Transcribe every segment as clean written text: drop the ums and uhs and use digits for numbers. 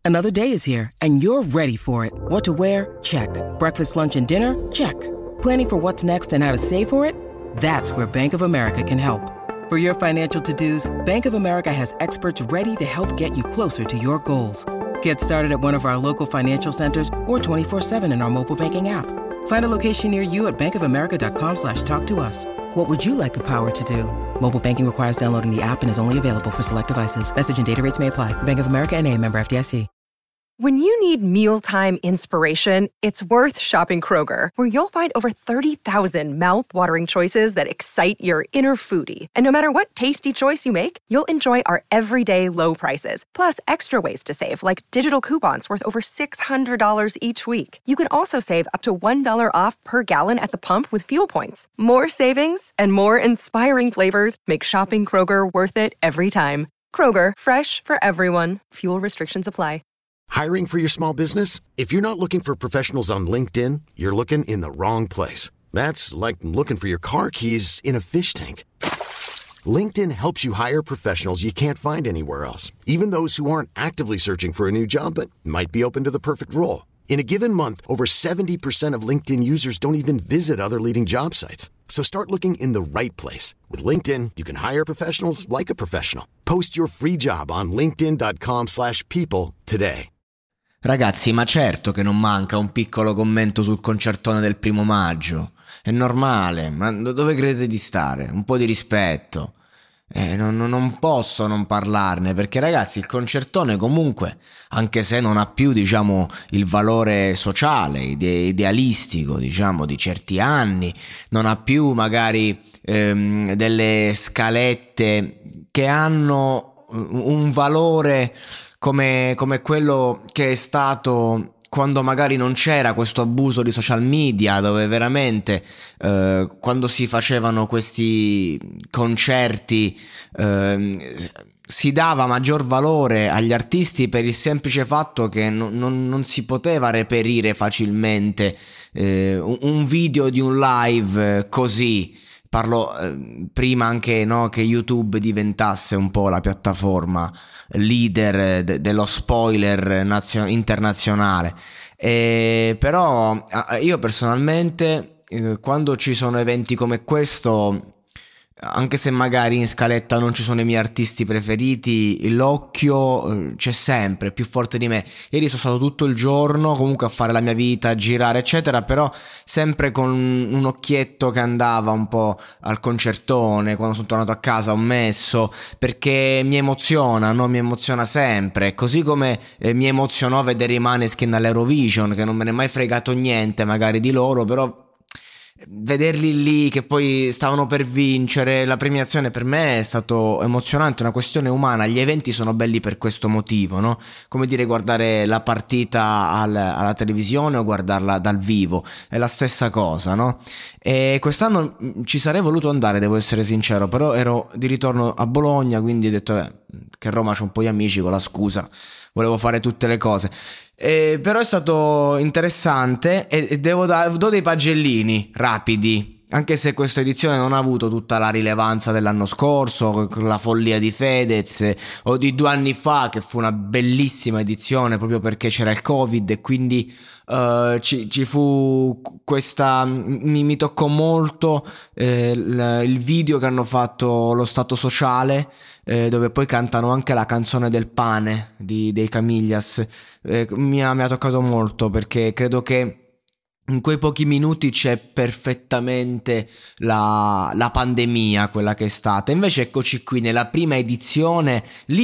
Another day is here, and you're ready for it. What to wear? Check. Breakfast, lunch, and dinner? Check. Planning for what's next and how to save for it? That's where Bank of America can help. For your financial to-dos, Bank of America has experts ready to help get you closer to your goals. Get started at one of our local financial centers or 24/7 in our mobile banking app. Find a location near you at bankofamerica.com/talktous. What would you like the power to do? Mobile banking requires downloading the app and is only available for select devices. Message and data rates may apply. Bank of America N.A., member FDIC. When you need mealtime inspiration, it's worth shopping Kroger, where you'll find over 30,000 mouth-watering choices that excite your inner foodie. And no matter what tasty choice you make, you'll enjoy our everyday low prices, plus extra ways to save, like digital coupons worth over $600 each week. You can also save up to $1 off per gallon at the pump with fuel points. More savings and more inspiring flavors make shopping Kroger worth it every time. Kroger, fresh for everyone. Fuel restrictions apply. Hiring for your small business? If you're not looking for professionals on LinkedIn, you're looking in the wrong place. That's like looking for your car keys in a fish tank. LinkedIn helps you hire professionals you can't find anywhere else, even those who aren't actively searching for a new job but might be open to the perfect role. In a given month, over 70% of LinkedIn users don't even visit other leading job sites. So start looking in the right place. With LinkedIn, you can hire professionals like a professional. Post your free job on linkedin.com/people today. Ragazzi, ma certo che non manca un piccolo commento sul concertone del 1 maggio. È normale, ma dove credete di stare? Un po' di rispetto. Non posso non parlarne, perché ragazzi, il concertone comunque, anche se non ha più, diciamo, il valore sociale, idealistico, diciamo, di certi anni, non ha più magari delle scalette che hanno un valore come quello che è stato quando magari non c'era questo abuso di social media, dove veramente quando si facevano questi concerti si dava maggior valore agli artisti per il semplice fatto che non si poteva reperire facilmente un video di un live così. Parlo prima anche, no, che YouTube diventasse un po' la piattaforma leader dello spoiler internazionale. Però io personalmente quando ci sono eventi come questo, anche se magari in scaletta non ci sono i miei artisti preferiti, l'occhio c'è sempre, più forte di me. Ieri sono stato tutto il giorno comunque a fare la mia vita, a girare eccetera, però sempre con un occhietto che andava un po' al concertone. Quando sono tornato a casa ho messo, perché mi emoziona, no? Mi emoziona sempre, così come mi emozionò vedere i Maneskin all'Eurovision, che non me ne è mai fregato niente magari di loro, però vederli lì che poi stavano per vincere la premiazione, per me è stato emozionante, una questione umana. Gli eventi sono belli per questo motivo, no? Come dire, guardare la partita alla televisione o guardarla dal vivo è la stessa cosa, no? E quest'anno ci sarei voluto andare, devo essere sincero, però ero di ritorno a Bologna, quindi ho detto che a Roma c'ho un po' di amici, con la scusa volevo fare tutte le cose. Però è stato interessante e do dei pagellini rapidi, anche se questa edizione non ha avuto tutta la rilevanza dell'anno scorso, con la follia di Fedez, o di 2 anni fa, che fu una bellissima edizione proprio perché c'era il Covid, e quindi ci fu questa, mi toccò molto il video che hanno fatto lo Stato Sociale, dove poi cantano anche la canzone del pane dei Camillas. Mi ha toccato molto, perché credo che in quei pochi minuti c'è perfettamente la pandemia, quella che è stata. Invece eccoci qui nella prima edizione,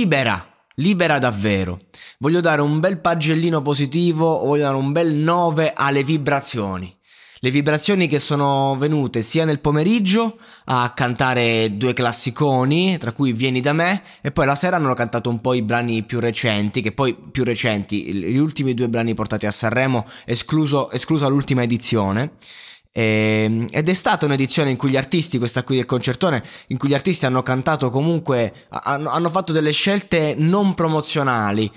libera davvero. Voglio dare un bel pagellino positivo, voglio dare un bel 9 alle vibrazioni. Le vibrazioni che sono venute sia nel pomeriggio a cantare 2 classiconi, tra cui Vieni da me, e poi la sera hanno cantato un po' i brani più recenti, che poi più recenti, gli ultimi 2 brani portati a Sanremo, esclusa l'ultima edizione. Ed è stata un'edizione in cui gli artisti, questa qui del concertone, in cui gli artisti hanno cantato comunque, hanno fatto delle scelte non promozionali,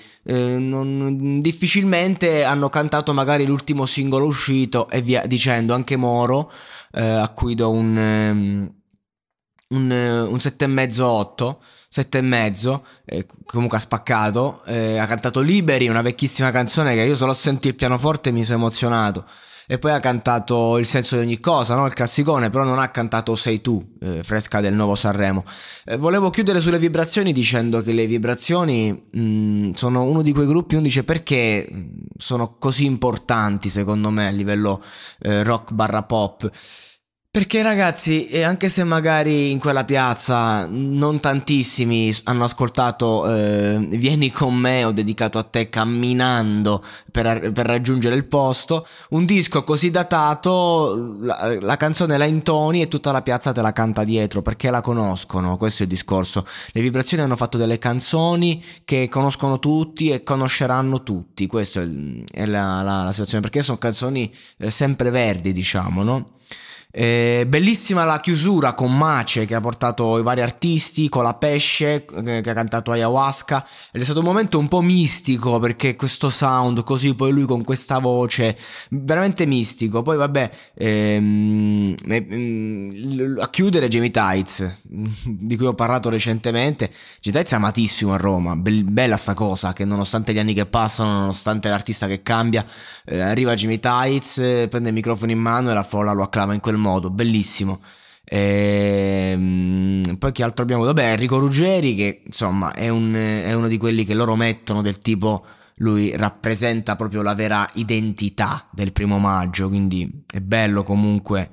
difficilmente hanno cantato magari l'ultimo singolo uscito e via dicendo. Anche Moro, a cui do un un 7,5-8, 7,5, comunque ha spaccato, ha cantato Liberi, una vecchissima canzone che io solo a sentire il pianoforte mi sono emozionato. E poi ha cantato Il senso di ogni cosa, no? Il classicone, però non ha cantato Sei tu, fresca del nuovo Sanremo. Volevo chiudere sulle vibrazioni dicendo che le vibrazioni sono uno di quei gruppi, uno dice perché sono così importanti secondo me a livello rock/pop. Perché ragazzi, anche se magari in quella piazza non tantissimi hanno ascoltato Vieni con me, ho dedicato a te camminando per raggiungere il posto, un disco così datato, la canzone la intoni e tutta la piazza te la canta dietro perché la conoscono, questo è il discorso. Le vibrazioni hanno fatto delle canzoni che conoscono tutti e conosceranno tutti, questa è la situazione, perché sono canzoni sempre verdi, diciamo, no? Bellissima la chiusura con Mace che ha portato i vari artisti, con la Pesce che ha cantato Ayahuasca, ed è stato un momento un po' mistico perché questo sound così, poi lui con questa voce veramente mistico. Poi vabbè, a chiudere Jamie Tights, di cui ho parlato recentemente. Jamie Tights è amatissimo a Roma, bella sta cosa che nonostante gli anni che passano, nonostante l'artista che cambia, arriva Jamie Tights, prende il microfono in mano e la folla lo acclama in quel modo, bellissimo. Poi che altro abbiamo? Vabbè, Enrico Ruggeri che insomma è uno di quelli che loro mettono del tipo, lui rappresenta proprio la vera identità del 1° maggio, quindi è bello comunque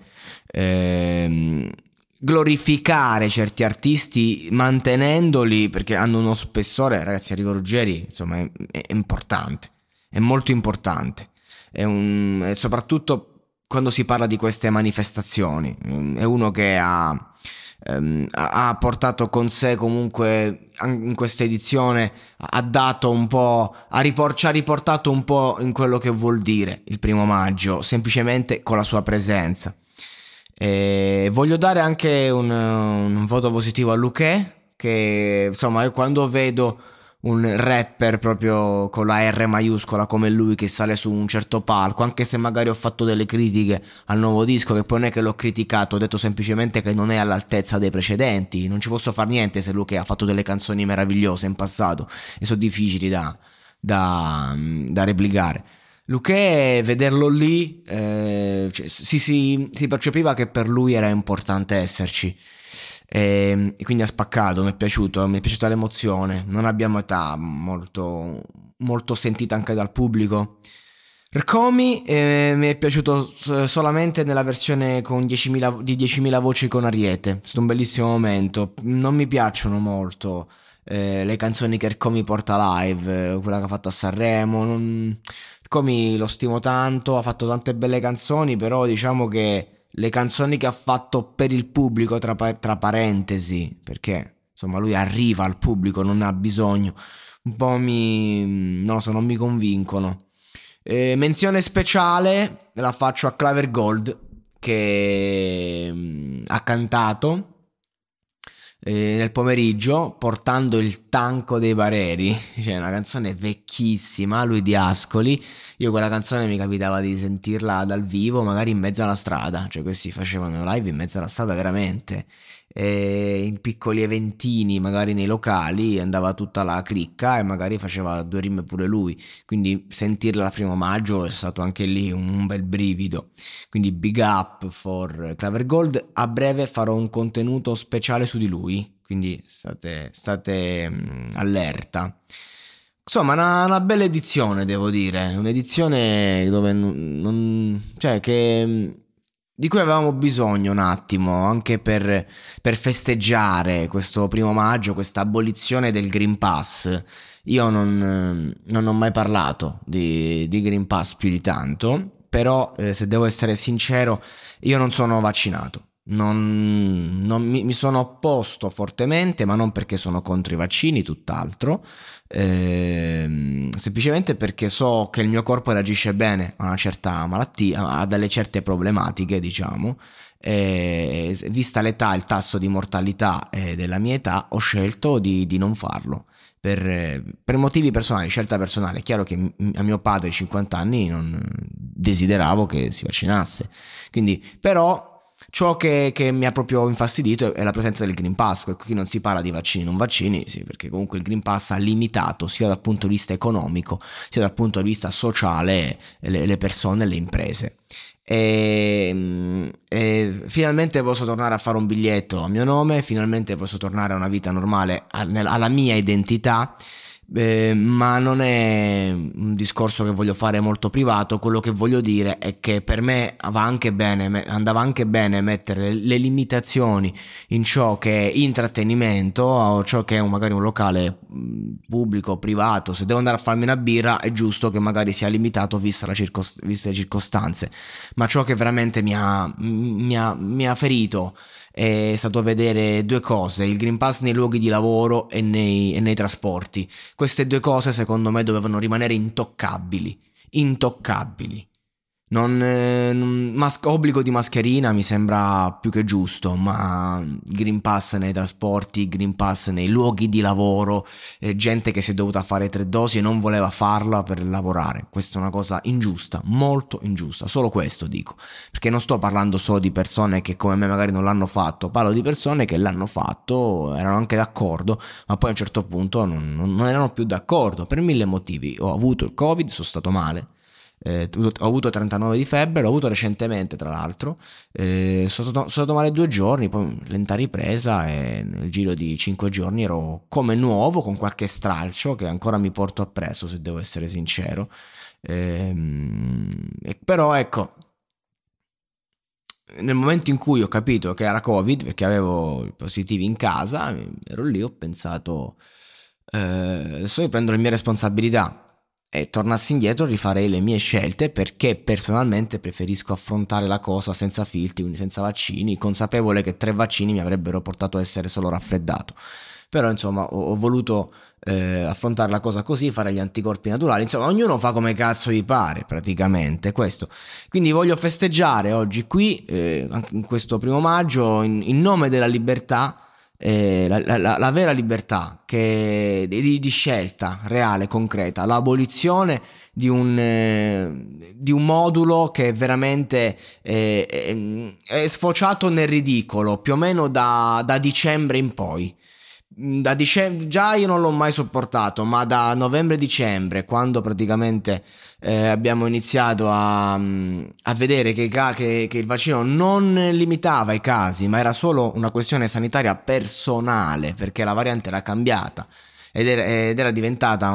glorificare certi artisti mantenendoli perché hanno uno spessore. Ragazzi, Enrico Ruggeri insomma è importante, è molto importante, e soprattutto quando si parla di queste manifestazioni. È uno che ha portato con sé comunque in questa edizione, ha dato un po', ci ha riportato un po' in quello che vuol dire il 1° maggio, semplicemente con la sua presenza. Voglio dare anche un voto positivo a Luché, che insomma quando vedo un rapper proprio con la R maiuscola come lui che sale su un certo palco, anche se magari ho fatto delle critiche al nuovo disco, che poi non è che l'ho criticato, ho detto semplicemente che non è all'altezza dei precedenti, non ci posso far niente se lui che ha fatto delle canzoni meravigliose in passato e sono difficili da replicare. Luché, vederlo lì, si percepiva che per lui era importante esserci. E quindi ha spaccato, mi è piaciuta l'emozione, non abbiamo età, molto, molto sentita anche dal pubblico. Rcomi mi è piaciuto solamente nella versione con 10.000 voci con Ariete, è stato un bellissimo momento. Non mi piacciono molto le canzoni che Rcomi porta live, quella che ha fatto a Sanremo. Rcomi lo stimo tanto, ha fatto tante belle canzoni, però diciamo che le canzoni che ha fatto per il pubblico, tra parentesi, perché insomma lui arriva al pubblico, non ha bisogno, un po' non lo so, non mi convincono. Menzione speciale la faccio a Claver Gold, che ha cantato nel pomeriggio portando il tanco dei Bareri, cioè una canzone vecchissima, lui di Ascoli. Io quella canzone mi capitava di sentirla dal vivo magari in mezzo alla strada, cioè questi facevano live in mezzo alla strada veramente, in piccoli eventini magari nei locali, andava tutta la cricca e magari faceva 2 rime pure lui, quindi sentirla al 1° maggio è stato anche lì un bel brivido. Quindi big up for Claver Gold. A breve farò un contenuto speciale su di lui, quindi state allerta. Insomma, una bella edizione, devo dire, un'edizione dove di cui avevamo bisogno un attimo, anche per festeggiare questo 1° maggio, questa abolizione del Green Pass. Io non ho mai parlato di Green Pass più di tanto, però se devo essere sincero, io non sono vaccinato. Mi sono opposto fortemente, ma non perché sono contro i vaccini, tutt'altro, semplicemente perché so che il mio corpo reagisce bene a una certa malattia, a delle certe problematiche, diciamo, vista l'età, il tasso di mortalità della mia età, ho scelto di non farlo. Per motivi personali, scelta personale. È chiaro che a mio padre 50 anni non desideravo che si vaccinasse, quindi però Ciò che mi ha proprio infastidito è la presenza del Green Pass. Qui non si parla di vaccini non vaccini, sì, perché comunque il Green Pass ha limitato sia dal punto di vista economico sia dal punto di vista sociale le persone e le imprese. E finalmente posso tornare a fare un biglietto a mio nome, finalmente posso tornare a una vita normale, alla mia identità. Ma non è un discorso che voglio fare molto privato. Quello che voglio dire è che per me andava anche bene mettere le limitazioni in ciò che è intrattenimento o ciò che è magari un locale pubblico o privato. Se devo andare a farmi una birra è giusto che magari sia limitato viste le circostanze, ma ciò che veramente mi ha ferito è stato vedere due cose: il Green Pass nei luoghi di lavoro e nei trasporti. Queste due cose secondo me dovevano rimanere intoccabili. Obbligo di mascherina mi sembra più che giusto, ma Green Pass nei trasporti, Green Pass nei luoghi di lavoro, gente che si è dovuta fare 3 dosi e non voleva farla per lavorare. Questa è una cosa ingiusta, molto ingiusta, solo questo dico, perché non sto parlando solo di persone che come me magari non l'hanno fatto, parlo di persone che l'hanno fatto, erano anche d'accordo, ma poi a un certo punto non erano più d'accordo per 1000 motivi. Ho avuto il Covid, sono stato male. Ho avuto 39 di febbre, l'ho avuto recentemente tra l'altro, sono stato male 2 giorni, poi lenta ripresa e nel giro di 5 giorni ero come nuovo, con qualche stralcio che ancora mi porto appresso, se devo essere sincero. Però ecco, nel momento in cui ho capito che era Covid, perché avevo i positivi in casa, ero lì, ho pensato adesso mi prendo le mie responsabilità e tornassi indietro rifarei le mie scelte, perché personalmente preferisco affrontare la cosa senza filtri, quindi senza vaccini, consapevole che 3 vaccini mi avrebbero portato a essere solo raffreddato. Però insomma ho voluto affrontare la cosa così, fare gli anticorpi naturali, insomma ognuno fa come cazzo gli pare praticamente, questo. Quindi voglio festeggiare oggi qui, in questo 1° maggio, in nome della libertà, la vera libertà di scelta reale, concreta, l'abolizione di un modulo che veramente è sfociato nel ridicolo più o meno da dicembre in poi. Già io non l'ho mai sopportato, ma da novembre-dicembre, quando praticamente abbiamo iniziato a vedere che il vaccino non limitava i casi, ma era solo una questione sanitaria personale, perché la variante era cambiata ed era diventata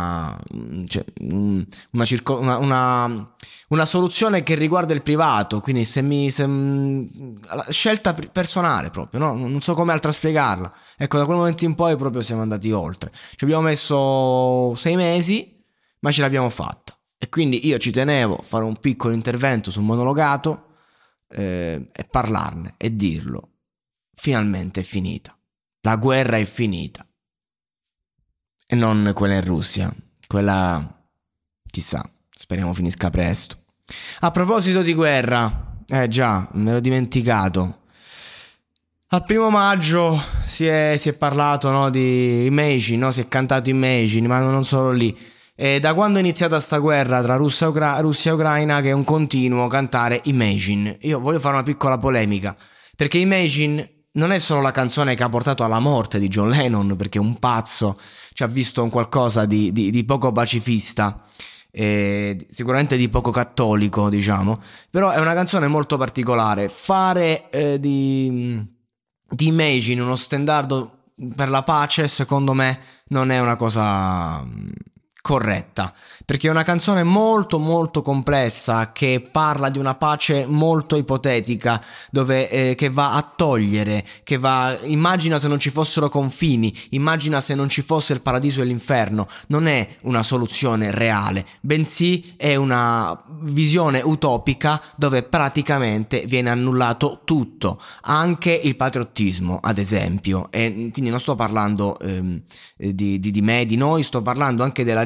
una soluzione che riguarda il privato, quindi la scelta personale proprio, no? Non so come altra spiegarla. Ecco, da quel momento in poi proprio siamo andati oltre. Ci abbiamo messo 6 mesi, ma ce l'abbiamo fatta. E quindi io ci tenevo a fare un piccolo intervento sul monologato e parlarne e dirlo. Finalmente è finita. La guerra è finita. E non quella in Russia. Quella, chissà, speriamo finisca presto. A proposito di guerra, già, me l'ho dimenticato. Al 1° maggio si è parlato, no, di Imagine, no? Si è cantato Imagine, ma non solo lì. E da quando è iniziata sta guerra tra Russia e Ucraina, che è un continuo cantare Imagine. Io voglio fare una piccola polemica, perché Imagine non è solo la canzone che ha portato alla morte di John Lennon, perché un pazzo ci ha visto un qualcosa di poco pacifista, sicuramente di poco cattolico, diciamo. Però è una canzone molto particolare. Fare di Imagine uno standardo per la pace, secondo me non è una cosa corretta, perché è una canzone molto molto complessa che parla di una pace molto ipotetica, dove che va a togliere, immagina se non ci fossero confini, immagina se non ci fosse il paradiso e l'inferno. Non è una soluzione reale, bensì è una visione utopica dove praticamente viene annullato tutto, anche il patriottismo ad esempio. E quindi non sto parlando di me, di noi, sto parlando anche della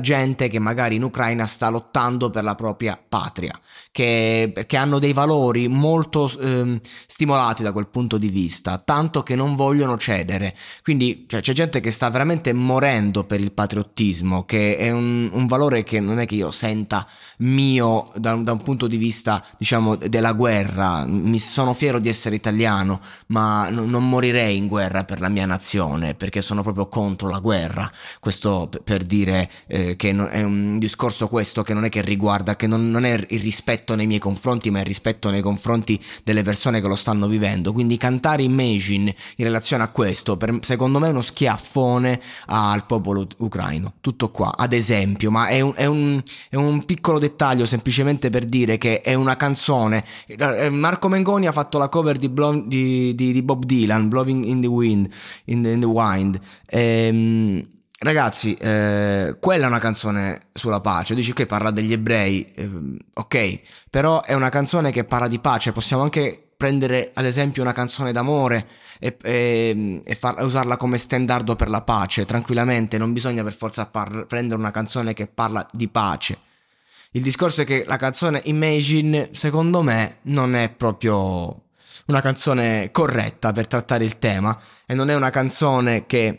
gente che magari in Ucraina sta lottando per la propria patria, perché hanno dei valori molto stimolati da quel punto di vista, tanto che non vogliono cedere. Quindi c'è gente che sta veramente morendo per il patriottismo, che è un valore che non è che io senta mio da un punto di vista, diciamo, della guerra. Mi sono fiero di essere italiano, ma non morirei in guerra per la mia nazione, perché sono proprio contro la guerra. Questo per dire che è un discorso questo che non è che riguarda, che non è il rispetto nei miei confronti, ma è il rispetto nei confronti delle persone che lo stanno vivendo. Quindi cantare Imagine in relazione a questo, secondo me è uno schiaffone al popolo ucraino. Tutto qua, ad esempio, ma è un piccolo dettaglio semplicemente per dire che è una canzone. Marco Mengoni ha fatto la cover di Bob Dylan, Blowing in the Wind, in the Wind. Ragazzi, quella è una canzone sulla pace. Dici che parla degli ebrei, ok, però è una canzone che parla di pace. Possiamo anche prendere ad esempio una canzone d'amore e usarla come standardo per la pace tranquillamente. Non bisogna per forza prendere una canzone che parla di pace. Il discorso è che la canzone Imagine, secondo me, non è proprio una canzone corretta per trattare il tema, e non è una canzone che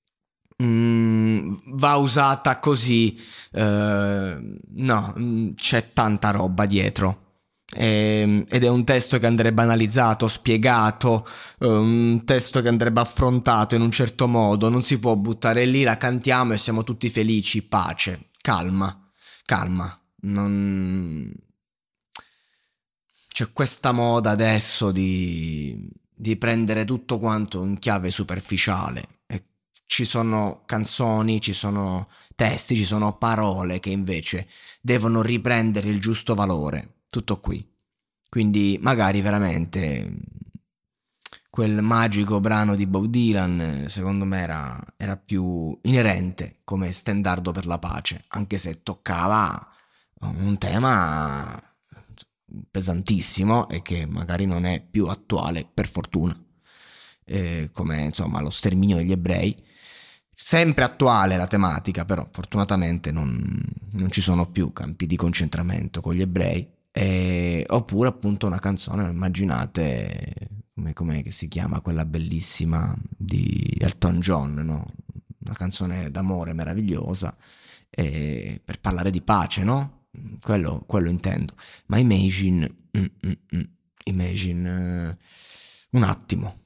va usata così. No, c'è tanta roba dietro. Ed è un testo che andrebbe analizzato, spiegato, un testo che andrebbe affrontato in un certo modo. Non si può buttare lì, la cantiamo e siamo tutti felici. Pace, calma. C'è questa moda adesso di prendere tutto quanto in chiave superficiale, e ci sono canzoni, ci sono testi, ci sono parole che invece devono riprendere il giusto valore. Tutto qui. Quindi magari veramente quel magico brano di Bob Dylan, secondo me era più inerente come standardo per la pace, anche se toccava un tema pesantissimo e che magari non è più attuale, per fortuna, come insomma lo sterminio degli ebrei. Sempre attuale la tematica, però fortunatamente non ci sono più campi di concentramento con gli ebrei. Oppure appunto una canzone, immaginate come che si chiama quella bellissima di Elton John, no? Una canzone d'amore meravigliosa, per parlare di pace, no? Quello intendo. Ma Imagine, un attimo,